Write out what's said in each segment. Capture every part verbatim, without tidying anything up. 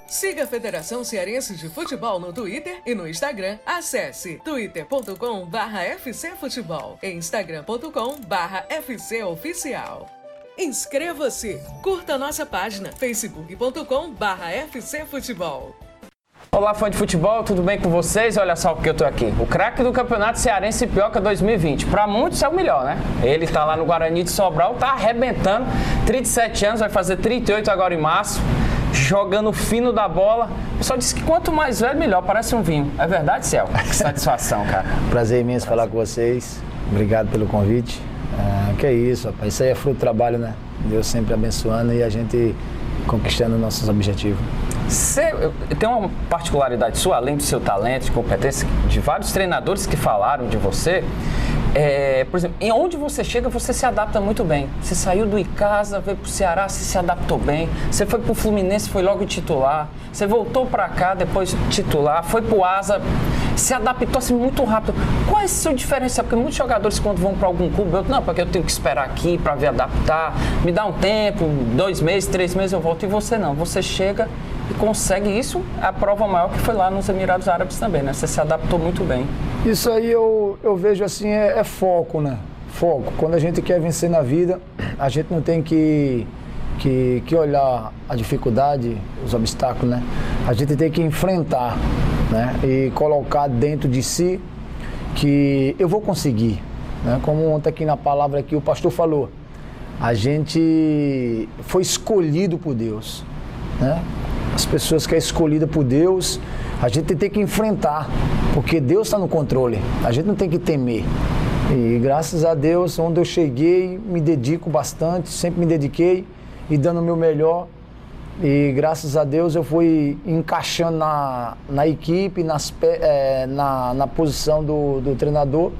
Siga a Federação Cearense de Futebol no Twitter e no Instagram. Acesse twitter ponto com barra F C Futebol e instagram ponto com barra F C Oficial. Inscreva-se! Curta nossa página facebook ponto com barra F C Futebol. Olá, fã de futebol, tudo bem com vocês? Olha só porque eu tô aqui. O craque do Campeonato Cearense Pioca dois mil e vinte. Pra muitos é o melhor, né? Ele tá lá no Guarani de Sobral, tá arrebentando. trinta e sete anos, vai fazer trinta e oito agora em março. Jogando fino da bola. O pessoal disse que quanto mais velho, melhor. Parece um vinho. É verdade, Céu? Que satisfação, cara. Prazer imenso falar com vocês. Obrigado pelo convite. Ah, que é isso, rapaz. Isso aí é fruto do trabalho, né? Deus sempre abençoando e a gente conquistando nossos objetivos. Você tem uma particularidade sua, além do seu talento e competência, de vários treinadores que falaram de você. É, por exemplo, em onde você chega, você se adapta muito bem. Você saiu do Icasa, veio pro Ceará, você se adaptou bem. Você foi pro Fluminense, foi logo titular. Você voltou para cá, depois titular. Foi pro Asa, se adaptou assim muito rápido. Qual é o seu diferencial? Porque muitos jogadores, quando vão para algum clube, eu, não, porque eu tenho que esperar aqui para ver adaptar. Me dá um tempo, dois meses, três meses eu volto. E você não, você chega e consegue isso. A prova maior que foi lá nos Emirados Árabes também, né? Você se adaptou muito bem. Isso aí eu, eu vejo assim, é, é foco, né? Foco. Quando a gente quer vencer na vida, a gente não tem que, que, que olhar a dificuldade, os obstáculos, né? A gente tem que enfrentar, né? E colocar dentro de si que eu vou conseguir, né? Como ontem aqui na palavra que o pastor falou, a gente foi escolhido por Deus, né? As pessoas que é escolhida por Deus, a gente tem que enfrentar, porque Deus está no controle, a gente não tem que temer. E graças a Deus, onde eu cheguei, me dedico bastante, sempre me dediquei e dando o meu melhor. E graças a Deus eu fui encaixando na, na equipe, nas, é, na, na posição do, do treinador.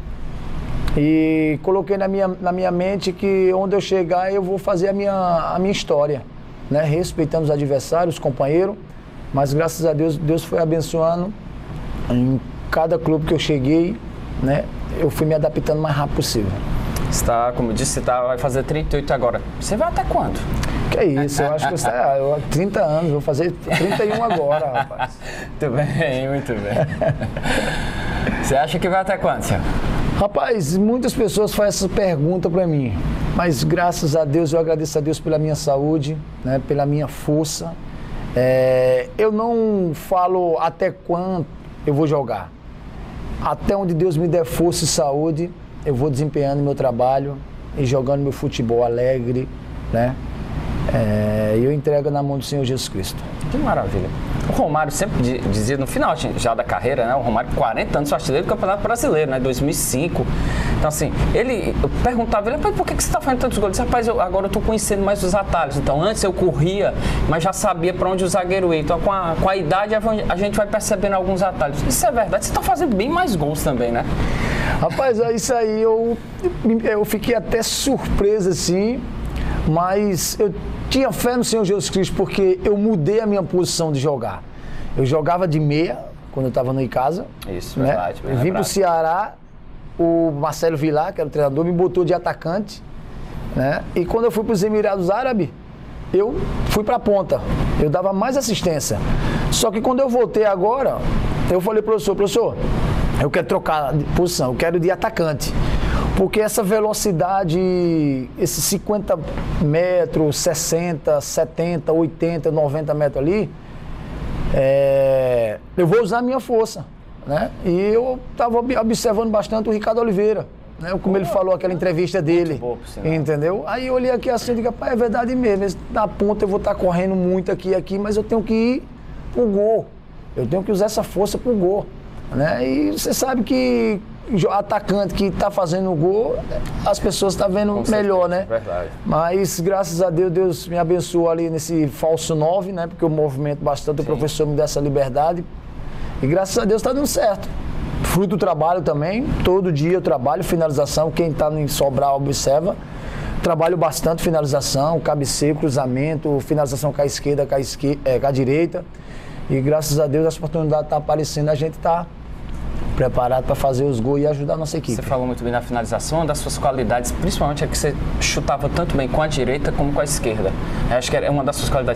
E coloquei na minha, na minha mente que onde eu chegar eu vou fazer a minha, a minha história, né? Respeitando os adversários, os companheiros. Mas graças a Deus, Deus foi abençoando. Em cada clube que eu cheguei, né, eu fui me adaptando o mais rápido possível. Você tá, como eu disse, você tá, vai fazer trinta e oito agora. Você vai até quando? Que é isso, eu acho que você tá, eu, trinta anos, vou fazer trinta e um agora, rapaz. Muito bem, muito bem. Você acha que vai até quando, senhor? Rapaz, muitas pessoas fazem essa pergunta para mim, mas graças a Deus, eu agradeço a Deus pela minha saúde, né, pela minha força. É, eu não falo até quando eu vou jogar. Até onde Deus me der força e saúde, eu vou desempenhando meu trabalho e jogando meu futebol alegre, né? É, eu entrego na mão do Senhor Jesus Cristo. Que maravilha. O Romário sempre dizia, no final já da carreira, né? O Romário, quarenta anos, artilheiro do Campeonato Brasileiro, né? dois mil e cinco. Então, assim, ele, eu perguntava, ele, por que, que você está fazendo tantos gols? Ele disse, rapaz, eu, agora eu estou conhecendo mais os atalhos. Então, antes eu corria, mas já sabia para onde o zagueiro ia. Então, com a, com a idade, a gente vai percebendo alguns atalhos. Isso é verdade. Você está fazendo bem mais gols também, né? Rapaz, isso aí eu, eu fiquei até surpreso, assim, mas eu tinha fé no Senhor Jesus Cristo porque eu mudei a minha posição de jogar. Eu jogava de meia quando eu estava no Icasa. Isso, né? verdade. Eu vim para o Ceará, o Marcelo Vilar, que era o treinador, me botou de atacante, né? E quando eu fui para os Emirados Árabes, eu fui para a ponta. Eu dava mais assistência. Só que quando eu voltei agora, eu falei, professor, professor, eu quero trocar de posição, eu quero de atacante. Porque essa velocidade, esses cinquenta metros, sessenta, setenta, oitenta, noventa metros ali, é, eu vou usar a minha força, né? E eu estava observando bastante o Ricardo Oliveira, né? Como ele falou aquela entrevista dele, bom, entendeu? Aí eu olhei aqui assim e digo, pai, é verdade mesmo, na ponta eu vou estar correndo muito aqui aqui, mas eu tenho que ir pro gol, eu tenho que usar essa força pro gol, né? E você sabe que atacante que está fazendo o gol, as pessoas estão tá vendo com melhor, certeza, né? Verdade. Mas graças a Deus, Deus me abençoou ali nesse falso nove, né? Porque eu movimento bastante, Sim. O professor me dá essa liberdade. E graças a Deus está dando certo. Fruto do trabalho também, todo dia eu trabalho, finalização, quem está em Sobral observa. Trabalho bastante finalização, cabeceio, cruzamento, finalização com a esquerda, com a, esquerda, é, com a direita. E graças a Deus essa oportunidade está aparecendo, a gente está preparado para fazer os gols e ajudar a nossa equipe. Você falou muito bem na finalização, uma das suas qualidades, principalmente é que você chutava tanto bem com a direita como com a esquerda. Eu acho que é uma das suas qualidades.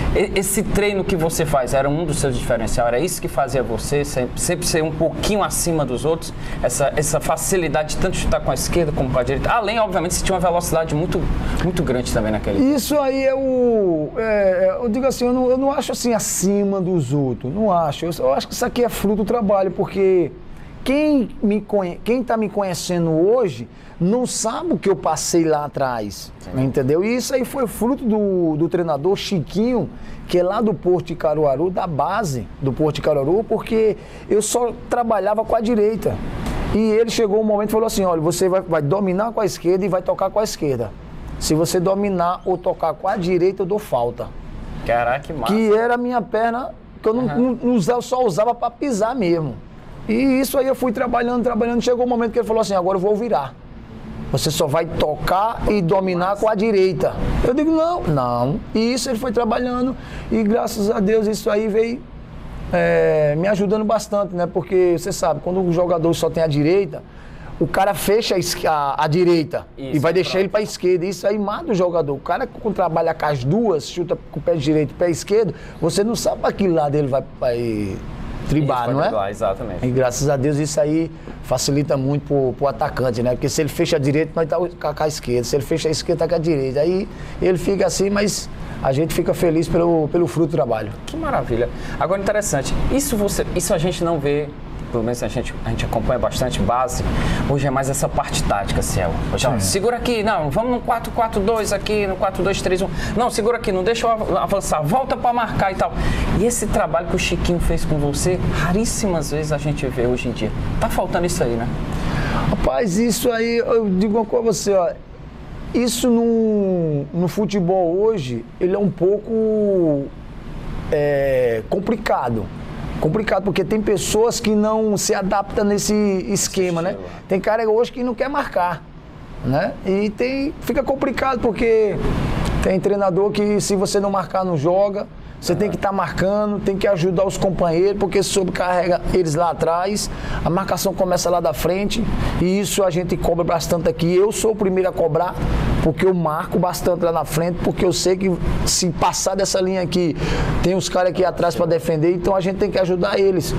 Esse treino que você faz era um dos seus diferenciais? Era isso que fazia você sempre, sempre ser um pouquinho acima dos outros? Essa, essa facilidade de tanto chutar com a esquerda como com a direita? Além, obviamente, você tinha uma velocidade muito, muito grande também naquele... Isso aí é o... É, eu digo assim, eu não, eu não acho assim acima dos outros. Não acho. Eu, eu acho que isso aqui é fruto do trabalho, porque quem me conhe, quem está me conhecendo hoje não sabe o que eu passei lá atrás, sim, entendeu? E isso aí foi fruto do, do treinador Chiquinho, que é lá do Porto de Caruaru, da base do Porto de Caruaru, porque eu só trabalhava com a direita. E ele chegou um momento e falou assim, olha, você vai, vai dominar com a esquerda e vai tocar com a esquerda. Se você dominar ou tocar com a direita, eu dou falta. Caraca, que massa. Que era a minha perna, que eu não, uhum. não usava, só usava para pisar mesmo. E isso aí eu fui trabalhando, trabalhando, chegou um momento que ele falou assim, agora eu vou virar. Você só vai tocar e dominar com a direita. Eu digo, não, não. E isso ele foi trabalhando e graças a Deus isso aí veio é, me ajudando bastante, né? Porque você sabe, quando o jogador só tem a direita, o cara fecha a, a, a direita isso, e vai deixar pronto. Ele para a esquerda. Isso aí mata o jogador. O cara que trabalha com as duas, chuta com o pé direito e o pé esquerdo, você não sabe para que lado ele vai... vai tribar, não é? Driblar, exatamente. E graças a Deus isso aí facilita muito pro, pro atacante, né? Porque se ele fecha a direita, nós tá com a esquerda. Se ele fecha a esquerda, tá com a direita. Aí ele fica assim, mas a gente fica feliz pelo, pelo fruto do trabalho. Que maravilha. Agora, interessante, isso, você, isso a gente não vê, pelo menos a gente, a gente acompanha bastante base, hoje é mais essa parte tática, Ciel. Hoje, ó, segura aqui, não, vamos no quatro quatro dois aqui, no quatro dois três um. Não, segura aqui, não deixa eu avançar, volta para marcar e tal. E esse trabalho que o Chiquinho fez com você, raríssimas vezes a gente vê hoje em dia. Tá faltando isso aí, né? Rapaz, isso aí, eu digo uma coisa a você, ó. Isso no, no futebol hoje, ele é um pouco é, complicado. Complicado, porque tem pessoas que não se adaptam nesse esquema, né? Tem cara hoje que não quer marcar, né? E tem, fica complicado, porque tem treinador que se você não marcar, não joga. Você tem que estar tá marcando, tem que ajudar os companheiros, porque sobrecarrega eles lá atrás, a marcação começa lá da frente, e isso a gente cobra bastante aqui. Eu sou o primeiro a cobrar, porque eu marco bastante lá na frente, porque eu sei que se passar dessa linha aqui, tem os caras aqui atrás para defender, então a gente tem que ajudar eles.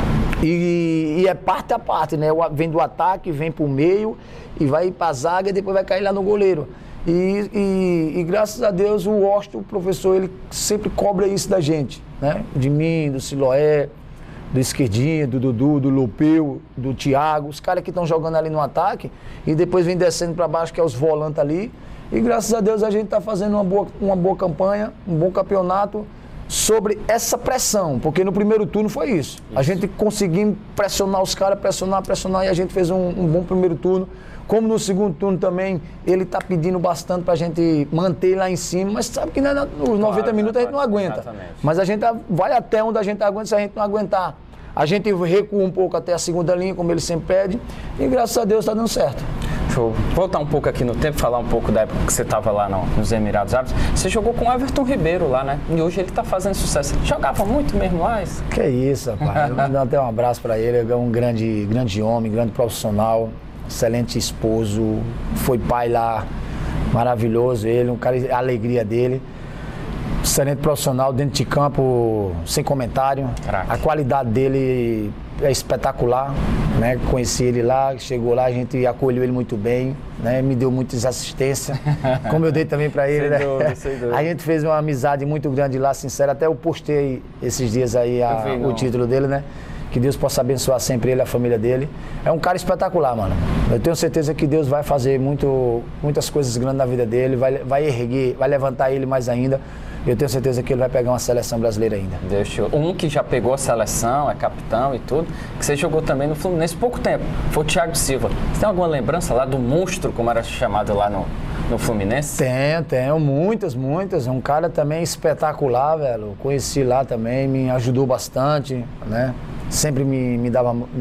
E, e é parte a parte, né? Vem do ataque, vem pro meio, e vai para a zaga e depois vai cair lá no goleiro. E, e, e graças a Deus o Washington, o professor, ele sempre cobra isso da gente, né? De mim, do Siloé, do Esquerdinha, do Dudu, do Lupeu, do Thiago, os caras que estão jogando ali no ataque e depois vem descendo para baixo, que é os volantes ali. E graças a Deus a gente está fazendo uma boa, uma boa campanha, um bom campeonato sobre essa pressão, porque no primeiro turno foi isso. isso. A gente conseguiu pressionar os caras, pressionar, pressionar, e a gente fez um, um bom primeiro turno. Como no segundo turno também, ele está pedindo bastante para a gente manter lá em cima, mas sabe que né, nos claro, noventa minutos a gente não aguenta. Exatamente. Mas a gente vai até onde a gente aguenta, se a gente não aguentar. A gente recua um pouco até a segunda linha, como ele sempre pede, e graças a Deus está dando certo. Deixa eu voltar um pouco aqui no tempo, falar um pouco da época que você estava lá no, nos Emirados Árabes. Você jogou com o Everton Ribeiro lá, né? E hoje ele está fazendo sucesso. Jogava muito mesmo lá? Isso? Que isso, rapaz. Eu mando até um abraço para ele. Ele é um grande, grande homem, grande profissional, excelente esposo. Foi pai lá, maravilhoso ele, um cara, a alegria dele. Excelente profissional dentro de campo, sem comentário. Caraca. A qualidade dele é espetacular, né? Conheci ele lá, chegou lá, a gente acolheu ele muito bem, né? Me deu muitas assistências, como eu dei também para ele, né? Dúvida, sem dúvida. A gente fez uma amizade muito grande lá, sincera. Até eu postei esses dias aí a, vi, o título dele, né? Que Deus possa abençoar sempre ele e a família dele. É um cara espetacular, mano. Eu tenho certeza que Deus vai fazer muito, muitas coisas grandes na vida dele, vai, vai erguer, vai levantar ele mais ainda. Eu tenho certeza que ele vai pegar uma seleção brasileira ainda. Deixa eu... Um que já pegou a seleção, é capitão e tudo, que você jogou também no Fluminense pouco tempo, foi o Thiago Silva. Você tem alguma lembrança lá do monstro, como era chamado lá no, no Fluminense? Tenho, tenho, muitas, muitas. É um cara também espetacular, velho. Conheci lá também, me ajudou bastante, né? Sempre me, me dava me,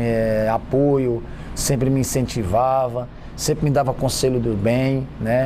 apoio, sempre me incentivava, sempre me dava conselho do bem, né?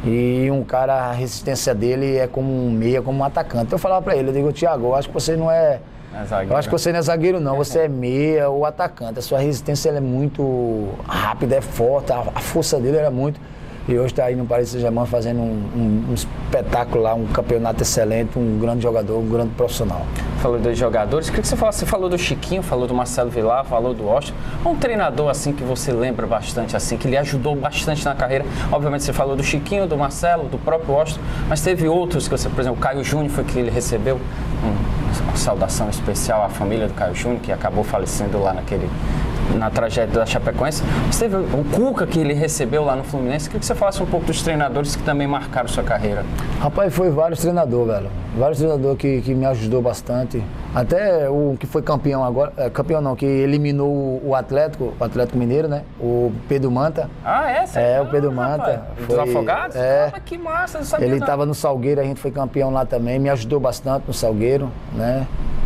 E um cara, a resistência dele é como um meia, como um atacante. Eu falava pra ele, eu digo, Thiago, eu acho que você não é... é zagueiro. Eu acho que você não é zagueiro não, você é meia ou atacante. A sua resistência ela é muito rápida, é forte, a, a força dele era muito... E hoje está aí no Paris Saint-Germain fazendo um, um, um espetáculo lá, um campeonato excelente, um grande jogador, um grande profissional. Falou dos jogadores, queria que você falasse, você falou do Chiquinho, falou do Marcelo Vilar, falou do Washington. Um treinador assim que você lembra bastante, assim, que lhe ajudou bastante na carreira. Obviamente você falou do Chiquinho, do Marcelo, do próprio Washington, mas teve outros que você, por exemplo, o Caio Júnior foi que ele recebeu um, uma saudação especial à família do Caio Júnior, que acabou falecendo lá naquele... na tragédia da Chapecoense. Você teve o Cuca que ele recebeu lá no Fluminense. Queria que você falasse um pouco dos treinadores que também marcaram sua carreira. Rapaz, foi vários treinadores, velho. Vários treinadores que, que me ajudou bastante. Até o que foi campeão agora, é, campeão não, que eliminou o Atlético, o Atlético Mineiro, né? O Pedro Manta. Ah, é? Você É, ah, o Pedro rapaz. Manta. Dos Foi, Afogados? É. Ah, que massa, não sabia Ele não. estava no Salgueiro, a gente foi campeão lá também. Me ajudou bastante no Salgueiro, né?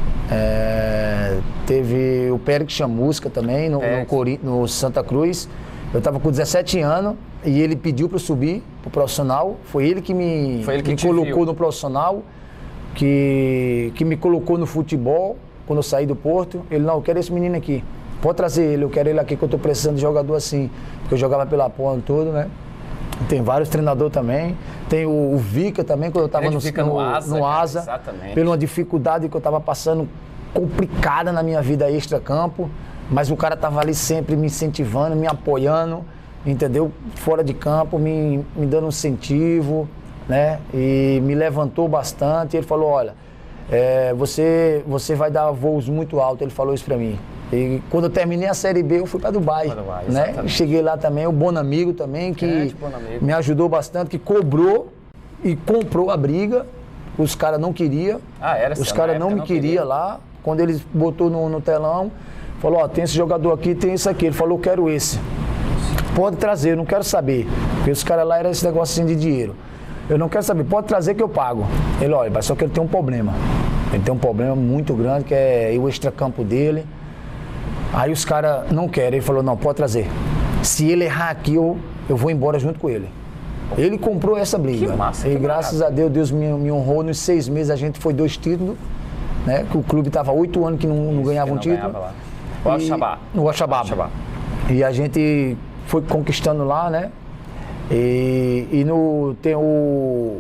É, teve o Pérez Chamusca também, no, no, Cori, no Santa Cruz. Eu estava com dezessete anos e ele pediu para eu subir para o profissional. Foi ele que me, Foi ele que me te colocou viu. no profissional, que, que me colocou no futebol quando eu saí do Porto. Ele, não, eu quero esse menino aqui. Pode trazer ele, eu quero ele aqui que eu estou precisando de jogador assim. Porque eu jogava pela ponta todo, né? Tem vários treinadores também. Tem o, o Vica também, quando eu estava no, no, no Asa. No Cara, Asa exatamente. Pela uma dificuldade que eu estava passando complicada na minha vida extra-campo. Mas o cara estava ali sempre me incentivando, me apoiando, entendeu? Fora de campo, me, me dando um incentivo, né? E me levantou bastante. Ele falou, olha, é, você, você vai dar voos muito altos. Ele falou isso para mim. E quando eu terminei a Série B, eu fui para Dubai, Dubai, né? Cheguei lá também, o Bonamigo também, que Bonamigo. me ajudou bastante, que cobrou e comprou a briga. Os caras não queriam, ah, era os caras não me queriam queria lá. Quando eles botou no, no telão, falou, ó, tem esse jogador aqui, tem esse aqui. Ele falou, eu quero esse. Pode trazer, eu não quero saber. Porque os caras lá eram esse negócio assim de dinheiro. Eu não quero saber, pode trazer que eu pago. Ele, olha, só que ele tem um problema. Ele tem um problema muito grande, que é o extracampo dele. Aí os caras não querem, ele falou, não, pode trazer. Se ele errar aqui, eu, eu vou embora junto com ele. Ele comprou essa briga. Que massa, e que graças maravilha. a Deus, Deus me, me honrou. Nos seis meses a gente foi dois títulos, né? Que o clube estava oito anos que não, não Isso, ganhava que um não título. ganhava lá. O Al-Shabaab. No Al-Shabaab. Al-Shabaab. E a gente foi conquistando lá, né? E, e no, tem o,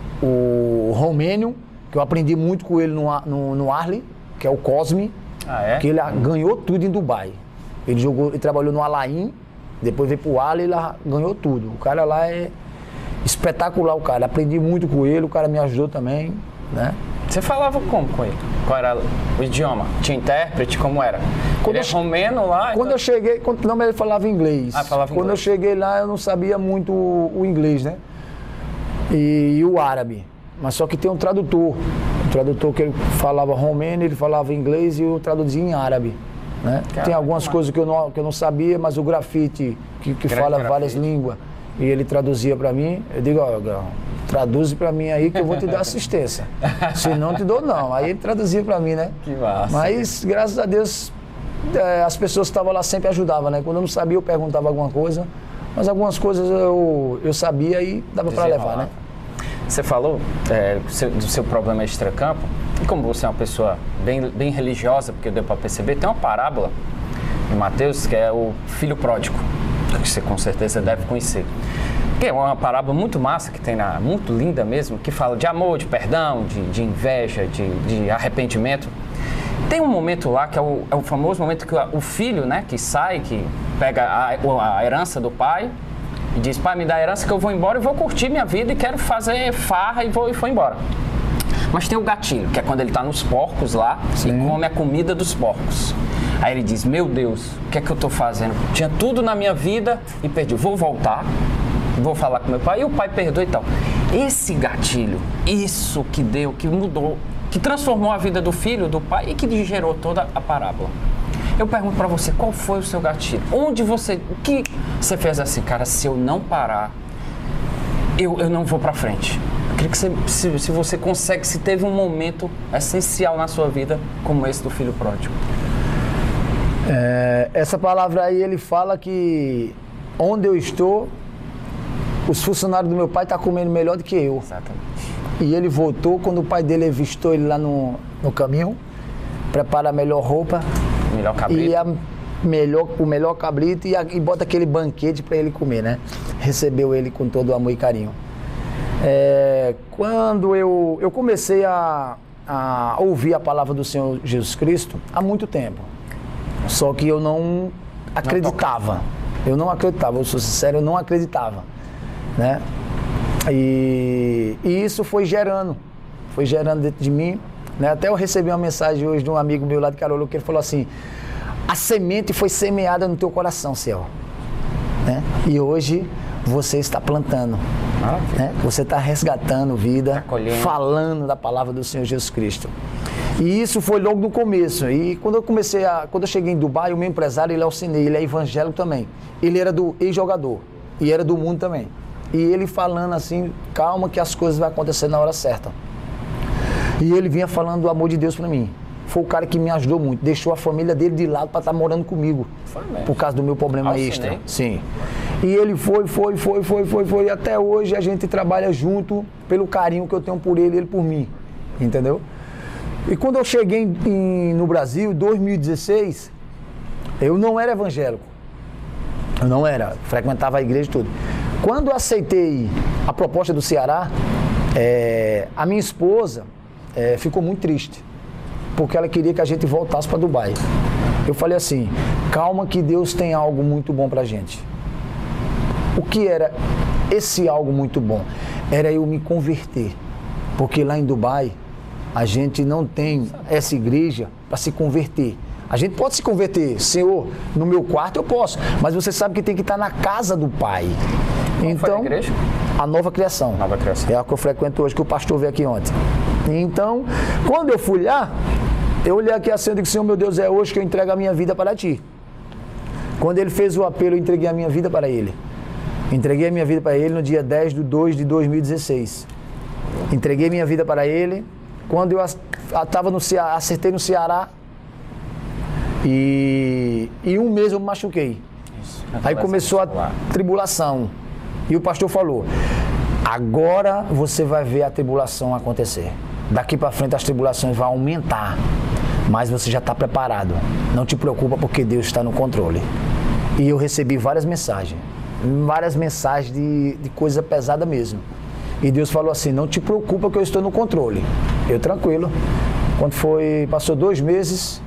o Romênio, que eu aprendi muito com ele no, no, no Arli, que é o Cosme. Ah, é? Que ele ganhou tudo em Dubai. Ele jogou, ele trabalhou no Al-Ain, depois veio pro Al e ele ganhou tudo. O cara lá é espetacular, o cara. Aprendi muito com ele, o cara me ajudou também, né? Você falava como com ele? Qual era o idioma? Tinha intérprete? Como era? Quando ele eu, é romeno lá? Quando então... eu cheguei, quando, não, mas ele falava inglês. Ah, falava Quando inglês. eu cheguei lá, eu não sabia muito o, o inglês, né? E, e o árabe. Mas só que tem um tradutor. Um tradutor que ele falava romeno, ele falava inglês e eu traduzia em árabe. Né? Caraca, tem algumas mano. coisas que eu, não, que eu não sabia, mas o grafite, que, que Grande fala grafite. várias línguas, e ele traduzia para mim, eu digo, ó, Grão, traduz para mim aí que eu vou te dar assistência. Se não, te dou não. Aí ele traduzia para mim, né? Que massa. Mas, graças a Deus, é, as pessoas que estavam lá sempre ajudavam, né? Quando eu não sabia, eu perguntava alguma coisa, mas algumas coisas eu, eu sabia e dava para levar, né? Você falou é, do, seu, do seu problema extracampo, e como você é uma pessoa bem, bem religiosa, porque deu para perceber, tem uma parábola em Mateus que é o filho pródigo, que você com certeza deve conhecer. Que é uma parábola muito massa, que tem na, muito linda mesmo, que fala de amor, de perdão, de, de inveja, de, de arrependimento. Tem um momento lá que é o, é o famoso momento que o, o filho, né, que sai, que pega a, a herança do pai e diz, pai, me dá a herança que eu vou embora e vou curtir minha vida e quero fazer farra e vou, e vou embora. Mas tem o gatilho, que é quando ele está nos porcos lá Sim. e come a comida dos porcos. Aí ele diz, meu Deus, o que é que eu estou fazendo? Tinha tudo na minha vida e perdi. Vou voltar, vou falar com meu pai, e o pai perdoa e tal. Esse gatilho, isso que deu, que mudou, que transformou a vida do filho, do pai e que gerou toda a parábola. Eu pergunto pra você, qual foi o seu gatilho? Onde você, o que você fez assim, cara, se eu não parar, eu, eu não vou pra frente. Eu queria que você, se, se você consegue, se teve um momento essencial na sua vida, como esse do filho pródigo. É, essa palavra aí, ele fala que onde eu estou, os funcionários do meu pai estão comendo melhor do que eu. Exatamente. E ele voltou, quando o pai dele avistou ele lá no, no caminho, prepara a melhor roupa. Melhor cabrito. E a melhor, o melhor cabrito e, e bota aquele banquete para ele comer, né? Recebeu ele com todo o amor e carinho. É, quando eu, eu comecei a, a ouvir a palavra do Senhor Jesus Cristo há muito tempo, só que eu não acreditava, eu não acreditava, eu sou sincero, eu não acreditava, né? E, e isso foi gerando, foi gerando dentro de mim, né? Até eu recebi uma mensagem hoje de um amigo meu lá de Carolo, que ele falou assim: a semente foi semeada no teu coração, Ciel, né? E hoje você está plantando, né? Você está resgatando vida, tá falando da palavra do Senhor Jesus Cristo. E isso foi logo no começo. E quando eu comecei a, quando eu cheguei em Dubai, o meu empresário, ele é o Cine, ele é evangélico também. Ele era do ex-jogador e era do mundo também. E ele falando assim, calma que as coisas vão acontecer na hora certa. E ele vinha falando do amor de Deus para mim. Foi o cara que me ajudou muito, deixou a família dele de lado para estar morando comigo. Foi mesmo. Por causa do meu problema Alcinei. extra. Sim. E ele foi, foi, foi, foi, foi, foi. E até hoje a gente trabalha junto pelo carinho que eu tenho por ele e ele por mim. Entendeu? E quando eu cheguei em, em, no Brasil, em dois mil e dezesseis, eu não era evangélico. Eu não era. Frequentava a igreja e tudo. Quando eu aceitei a proposta do Ceará, é, a minha esposa é, ficou muito triste, porque ela queria que a gente voltasse para Dubai. Eu falei assim, calma que Deus tem algo muito bom pra gente. O que era esse algo muito bom? Era eu me converter, porque lá em Dubai a gente não tem essa igreja para se converter. A gente pode se converter, Senhor, no meu quarto eu posso, mas você sabe que tem que estar na casa do Pai. Qual então, foi a igreja? A Nova Criação. Nova Criação. É a que eu frequento hoje, que o pastor veio aqui ontem. Então, quando eu fui lá, eu olhei aqui assim e disse, Senhor, meu Deus, é hoje que eu entrego a minha vida para Ti. Quando ele fez o apelo, eu entreguei a minha vida para Ele. Entreguei a minha vida para Ele no dia dez de dois de dois mil e dezesseis. Entreguei minha vida para Ele. Quando eu estava no Ceará, acertei no Ceará, e, e um mês eu me machuquei. Isso. Aí começou a tribulação. E o pastor falou, agora você vai ver a tribulação acontecer. Daqui para frente as tribulações vão aumentar, mas você já está preparado. Não te preocupa porque Deus está no controle. E eu recebi várias mensagens, várias mensagens de, de coisa pesada mesmo. E Deus falou assim, não te preocupa que eu estou no controle. Eu tranquilo. Quando foi, passou dois meses,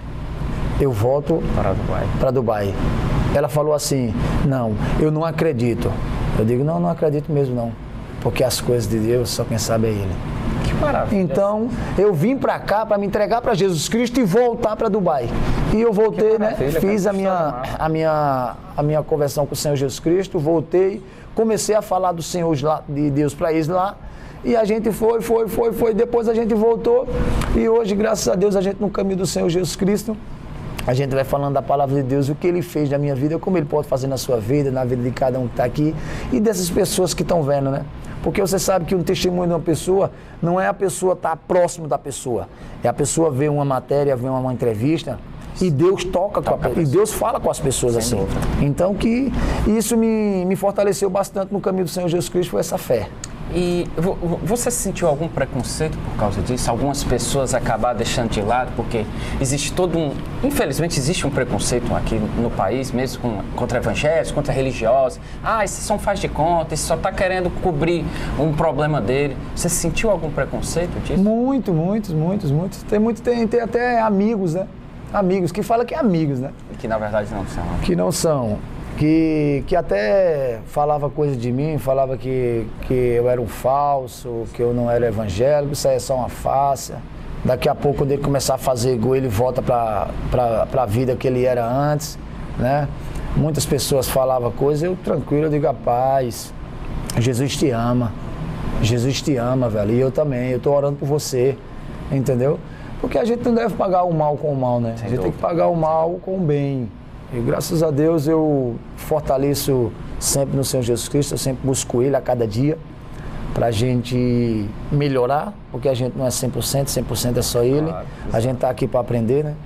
eu volto para Dubai. para Dubai. Ela falou assim, não, eu não acredito. Eu digo, não, não acredito mesmo não. Porque as coisas de Deus, só quem sabe é Ele. Que maravilha. Então, eu vim para cá para me entregar para Jesus Cristo e voltar para Dubai. E eu voltei, né? Fiz a minha, a, minha, a minha conversão com o Senhor Jesus Cristo, voltei, comecei a falar do Senhor de Deus para eles lá. E a gente foi, foi, foi, foi. Depois a gente voltou. E hoje, graças a Deus, a gente no caminho do Senhor Jesus Cristo. A gente vai falando da palavra de Deus, o que Ele fez na minha vida, como Ele pode fazer na sua vida, na vida de cada um que está aqui e dessas pessoas que estão vendo, né? Porque você sabe que um testemunho de uma pessoa não é a pessoa estar próximo da pessoa, é a pessoa ver uma matéria, ver uma entrevista e Deus toca, toca com a pessoa, e Deus fala com as pessoas assim. Dúvida. Então que isso me, me fortaleceu bastante no caminho do Senhor Jesus Cristo, foi essa fé. E você sentiu algum preconceito por causa disso? Algumas pessoas acabaram deixando de lado, porque existe todo um... Infelizmente existe um preconceito aqui no país, mesmo com, contra evangélicos, contra religiosos. Ah, esse só faz de conta, esse só está querendo cobrir um problema dele. Você sentiu algum preconceito disso? Muito, muitos, muitos, muitos. Tem, muito, tem, tem até amigos, né? Amigos, que falam que é amigos, né? E que na verdade não são. Que não são. Que, que até falava coisa de mim, falava que, que eu era um falso, que eu não era evangélico, isso aí é só uma farsa. Daqui a pouco, quando ele começar a fazer gol, ele volta para a vida que ele era antes, né? Muitas pessoas falavam coisas, eu tranquilo, eu digo, rapaz, Jesus te ama, Jesus te ama, velho, e eu também, eu estou orando por você, entendeu? Porque a gente não deve pagar o mal com o mal, né? A gente tem que pagar o mal com o bem. E graças a Deus eu fortaleço sempre no Senhor Jesus Cristo, eu sempre busco Ele a cada dia para a gente melhorar, porque a gente não é cem por cento, cem por cento é só Ele, claro, a gente está aqui para aprender, né?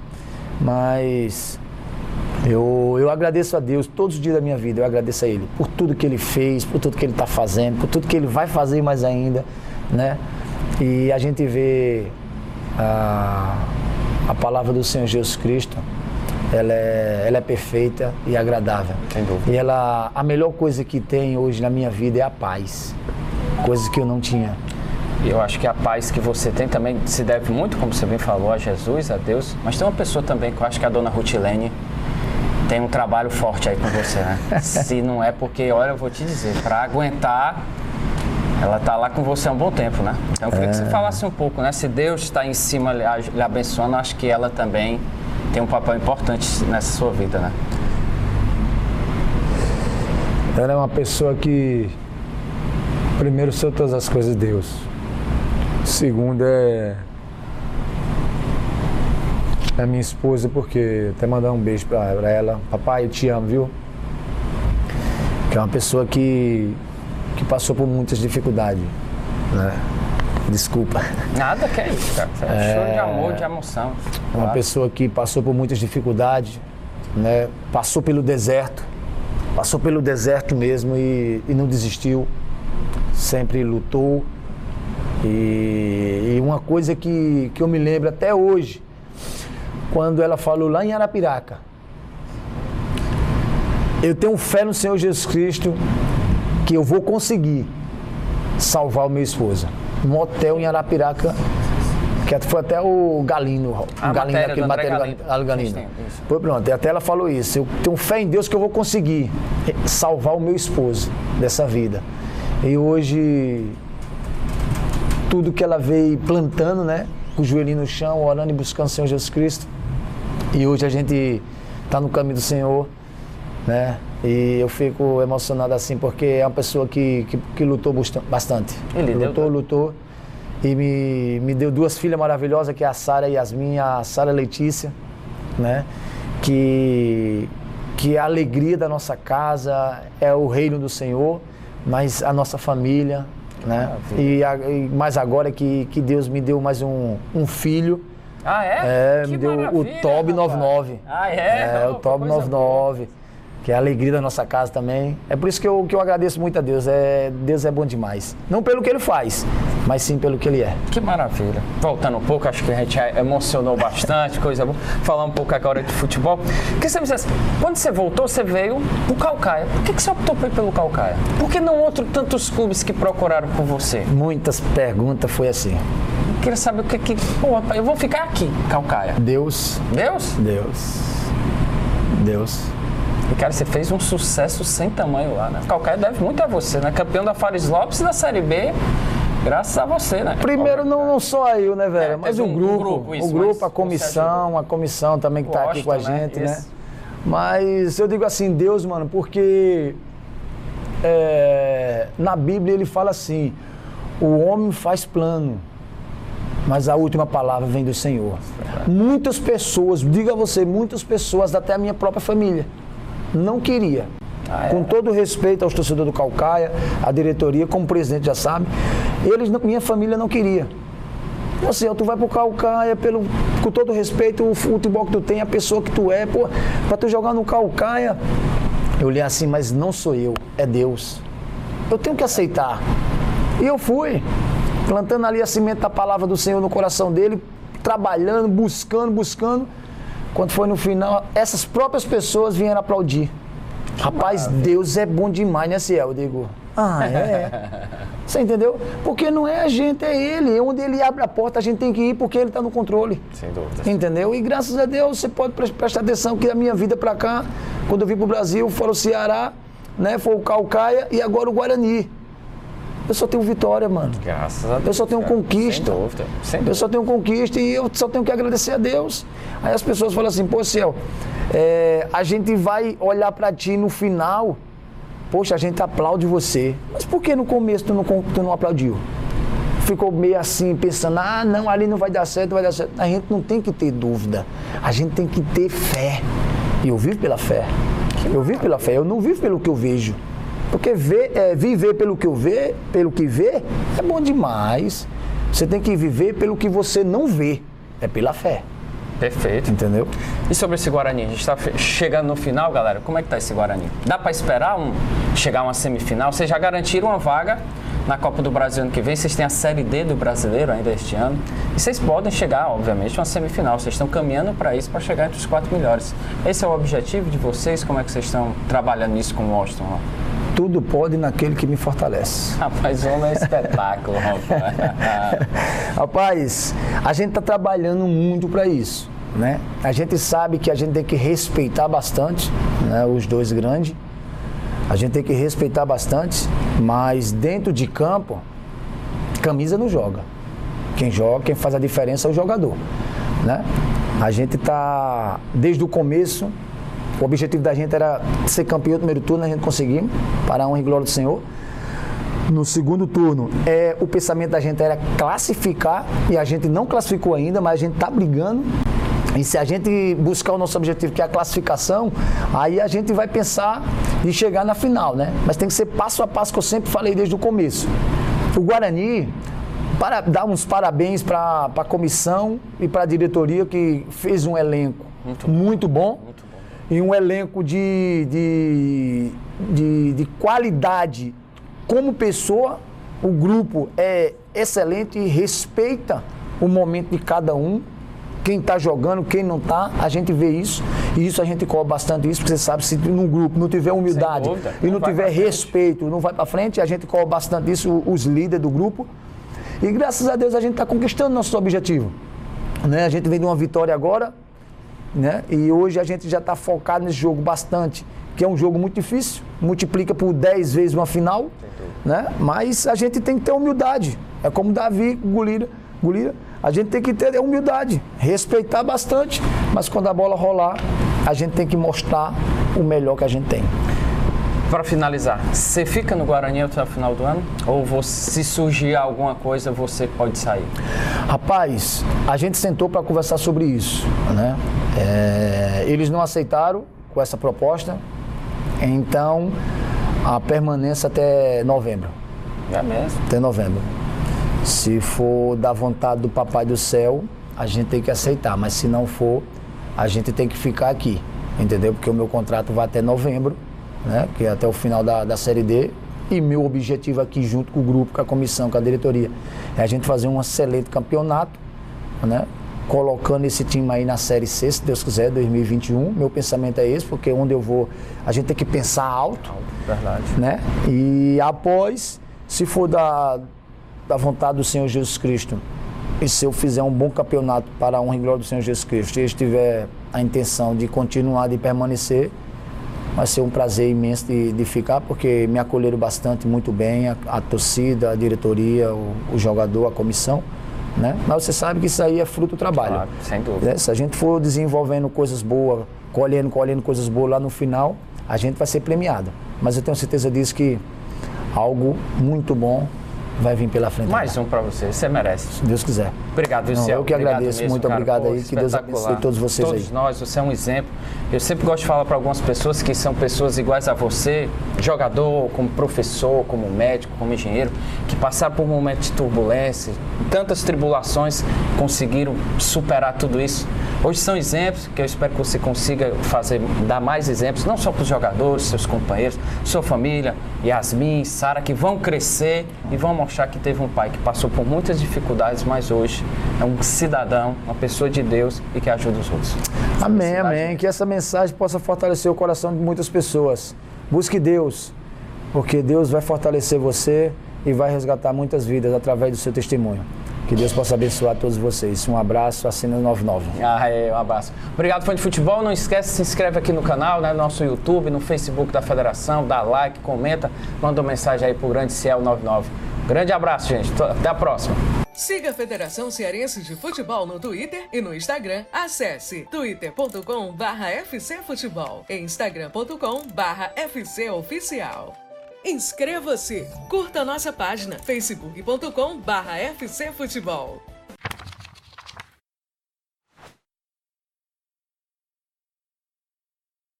Mas eu, eu agradeço a Deus todos os dias da minha vida, eu agradeço a Ele por tudo que Ele fez, por tudo que Ele está fazendo, por tudo que Ele vai fazer mais ainda, né? E a gente vê a, a palavra do Senhor Jesus Cristo, ela é, ela é perfeita e agradável. Sem dúvida. E ela, a melhor coisa que tem hoje na minha vida é a paz. Coisas que eu não tinha. E eu acho que a paz que você tem também se deve muito, como você bem falou, a Jesus, a Deus. Mas tem uma pessoa também que eu acho que a dona Rutilene tem um trabalho forte aí com você, né? Se não é porque, olha, eu vou te dizer, para aguentar, ela tá lá com você há um bom tempo, né? Então eu queria é. que você falasse um pouco, né? Se Deus está em cima lhe abençoando, eu acho que ela também tem um papel importante nessa sua vida, né? Ela é uma pessoa que, primeiro, são todas as coisas de Deus. Segundo, é a minha esposa, porque até mandar um beijo pra, pra ela. Papai, eu te amo, viu? Que é uma pessoa que, que passou por muitas dificuldades, né? Desculpa. Nada que é isso, cara. É choro de amor, de emoção. É uma pessoa que passou por muitas dificuldades, né? Passou pelo deserto, passou pelo deserto mesmo e, e não desistiu. Sempre lutou. E, e uma coisa que, que eu me lembro até hoje, quando ela falou lá em Arapiraca, eu tenho fé no Senhor Jesus Cristo que eu vou conseguir salvar o meu esposo. Um hotel em Arapiraca, que foi até o Galino, o a Galino, matéria aquele matéria Galino. Galino. Foi pronto, até ela falou isso, eu tenho fé em Deus que eu vou conseguir salvar o meu esposo dessa vida. E hoje, tudo que ela veio plantando, né, com o joelhinho no chão, orando e buscando o Senhor Jesus Cristo. E hoje a gente está no caminho do Senhor, né? E eu fico emocionado assim, porque é uma pessoa que, que, que lutou bastante. Ele lutou, deu... lutou. E me, me deu duas filhas maravilhosas, que é a Sara e a Yasmin, a Sara Letícia, né? Que, que é a alegria da nossa casa, é o reino do Senhor, mas a nossa família, né? E, a, e mais agora que, que Deus me deu mais um, um filho. Ah, é? É, que me deu o Tob noventa e nove. Ah, é? É, o Tob noventa e nove. Que é a alegria da nossa casa também. É por isso que eu, que eu agradeço muito a Deus. É, Deus é bom demais. Não pelo que Ele faz, mas sim pelo que Ele é. Que maravilha. Voltando um pouco, acho que a gente emocionou bastante, coisa boa. Falar um pouco agora de futebol. Queria que você me dissesse, quando você voltou, você veio pro Caucaia. Por que, que você optou por ir pelo Caucaia? Por que não outros tantos clubes que procuraram por você? Muitas perguntas foi assim. Eu queria saber o que que... Pô, eu vou ficar aqui, Caucaia. Deus. Deus? Deus. Deus. E, cara, você fez um sucesso sem tamanho lá, né? O Caucaia deve muito a você, né? Campeão da Fares Lopes da Série B, graças a você, né? Primeiro, não, não só eu, né, velho? É, mas o um, grupo, um grupo isso, o grupo, a comissão, a comissão também que tá aqui com a gente, né? né? Mas eu digo assim, Deus, mano, porque é, na Bíblia ele fala assim, o homem faz plano, mas a última palavra vem do Senhor. É. Muitas pessoas, digo a você, muitas pessoas, até a minha própria família, não queria. Ah, é? Com todo respeito aos torcedores do Caucaia, a diretoria, como o presidente já sabe, eles, minha família não queria. Você, tu vai pro Caucaia, pelo, com todo respeito, o futebol que tu tem, a pessoa que tu é, pô, pra tu jogar no Caucaia. Eu olhei assim, mas não sou eu, é Deus. Eu tenho que aceitar. E eu fui, plantando ali a semente da palavra do Senhor no coração dele, trabalhando, buscando, buscando. Quando foi no final, essas próprias pessoas vieram aplaudir. Que Rapaz, maravilha. Deus é bom demais, né, Ciel? Eu digo, ah, é? Você entendeu? Porque não é a gente, é Ele. Onde Ele abre a porta, a gente tem que ir porque Ele está no controle. Sem dúvida. Entendeu? E graças a Deus, você pode prestar atenção que a minha vida para cá, quando eu vim para o Brasil, foi o Ceará, né, foi o Caucaia e agora o Guarani. Eu só tenho vitória, mano. Graças a Deus. Eu só tenho cara. conquista. Sem dúvida. Sem dúvida. Eu só tenho conquista e eu só tenho que agradecer a Deus. Aí as pessoas falam assim, pô, Ciel, é, a gente vai olhar pra ti no final, poxa, a gente aplaude você. Mas por que no começo tu não, tu não aplaudiu? Ficou meio assim, pensando, ah, não, ali não vai dar certo, não vai dar certo. A gente não tem que ter dúvida. A gente tem que ter fé. E eu vivo pela fé. Eu vivo pela fé. Eu não vivo pelo que eu vejo. Porque ver, é, viver pelo que eu vê, pelo que vê, é bom demais. Você tem que viver pelo que você não vê. É pela fé. Perfeito. Entendeu? E sobre esse Guarani? A gente está chegando no final, galera. Como é que tá esse Guarani? Dá para esperar um, chegar a uma semifinal? Vocês já garantiram uma vaga na Copa do Brasil ano que vem, vocês têm a Série D do Brasileiro ainda este ano, e vocês podem chegar, obviamente, a uma semifinal. Vocês estão caminhando para isso, para chegar entre os quatro melhores. Esse é o objetivo de vocês? Como é que vocês estão trabalhando nisso com o Washington? Tudo pode naquele que me fortalece. Rapaz, o homem é espetáculo, rapaz. Rapaz, a gente está trabalhando muito para isso, né? A gente sabe que a gente tem que respeitar bastante, né, os dois grandes. A gente tem que respeitar bastante, mas dentro de campo, camisa não joga. Quem joga, quem faz a diferença é o jogador, né? A gente está, desde o começo, o objetivo da gente era ser campeão do primeiro turno, a gente conseguimos, para a honra e glória do Senhor. No segundo turno, é, o pensamento da gente era classificar, e a gente não classificou ainda, mas a gente está brigando. E se a gente buscar o nosso objetivo, que é a classificação, aí a gente vai pensar em chegar na final, né? Mas tem que ser passo a passo, que eu sempre falei desde o começo. O Guarani, para dar uns parabéns para a comissão e para a diretoria, que fez um elenco muito, muito, bom, muito bom, e um elenco de, de, de, de qualidade. Como pessoa, o grupo é excelente e respeita o momento de cada um. Quem está jogando, quem não está, a gente vê isso. E isso a gente cobra bastante isso, porque você sabe, se no grupo não tiver humildade e não, não tiver respeito, não vai para frente, a gente cobra bastante isso, os líderes do grupo. E graças a Deus a gente está conquistando nosso objetivo, né? A gente vem de uma vitória agora, né? E hoje a gente já está focado nesse jogo bastante, que é um jogo muito difícil, multiplica por dez vezes uma final, né? Mas a gente tem que ter humildade. É como Davi, Gulira, Gulira, a gente tem que ter humildade, respeitar bastante, mas quando a bola rolar, a gente tem que mostrar o melhor que a gente tem. Para finalizar, você fica no Guarani até o final do ano? Ou você, se surgir alguma coisa, você pode sair? Rapaz, a gente sentou para conversar sobre isso, né? É, eles não aceitaram com essa proposta, então a permanência até novembro. É mesmo? Até novembro. Se for da vontade do Papai do Céu, a gente tem que aceitar, mas se não for, a gente tem que ficar aqui, entendeu? Porque o meu contrato vai até novembro, né? Que é até o final da, da Série D, e meu objetivo aqui, junto com o grupo, com a comissão, com a diretoria, é a gente fazer um excelente campeonato, né? Colocando esse time aí na Série C, se Deus quiser, dois mil e vinte e um. Meu pensamento é esse, porque onde eu vou, a gente tem que pensar alto, verdade, né? E após, se for da... da vontade do Senhor Jesus Cristo, e se eu fizer um bom campeonato para a honra e glória do Senhor Jesus Cristo, e eles tiver a intenção de continuar, de permanecer, vai ser um prazer imenso de, de ficar, porque me acolheram bastante, muito bem, a, a torcida, a diretoria, o, o jogador, a comissão, né? Mas você sabe que isso aí é fruto do trabalho. Claro, sem dúvida. Né? Se a gente for desenvolvendo coisas boas, colhendo, colhendo coisas boas lá no final, a gente vai ser premiado. Mas eu tenho certeza disso, que algo muito bom vai vir pela frente. Mais um para você, você merece. Se Deus quiser. Obrigado, Luciano. Eu que obrigado agradeço, mesmo, muito cara. obrigado. Pô, aí, que Deus abençoe todos vocês todos aí. nós, você é um exemplo. Eu sempre gosto de falar para algumas pessoas que são pessoas iguais a você, jogador, como professor, como médico, como engenheiro, que passaram por momentos de turbulência, tantas tribulações, conseguiram superar tudo isso. Hoje são exemplos que eu espero que você consiga fazer, dar mais exemplos, não só para os jogadores, seus companheiros, sua família, Yasmin, Sara, que vão crescer e vão mostrar que teve um pai que passou por muitas dificuldades, mas hoje é um cidadão, uma pessoa de Deus e que ajuda os outros. Amém, amém. Que essa mensagem possa fortalecer o coração de muitas pessoas. Busque Deus, porque Deus vai fortalecer você e vai resgatar muitas vidas através do seu testemunho. Que Deus possa abençoar todos vocês. Um abraço, assina noventa e nove. Ah, é, um abraço. Obrigado, fã de futebol. Não esquece, se inscreve aqui no canal, né, no nosso YouTube, no Facebook da Federação, dá like, comenta, manda uma mensagem aí pro Grande Ciel noventa e nove. Grande abraço, gente. Até a próxima. Siga a Federação Cearense de Futebol no Twitter e no Instagram. Acesse twitter ponto com barra F C Futebol e instagram ponto com barra F C Oficial. Inscreva-se, curta nossa página facebook ponto com barra F C Futebol.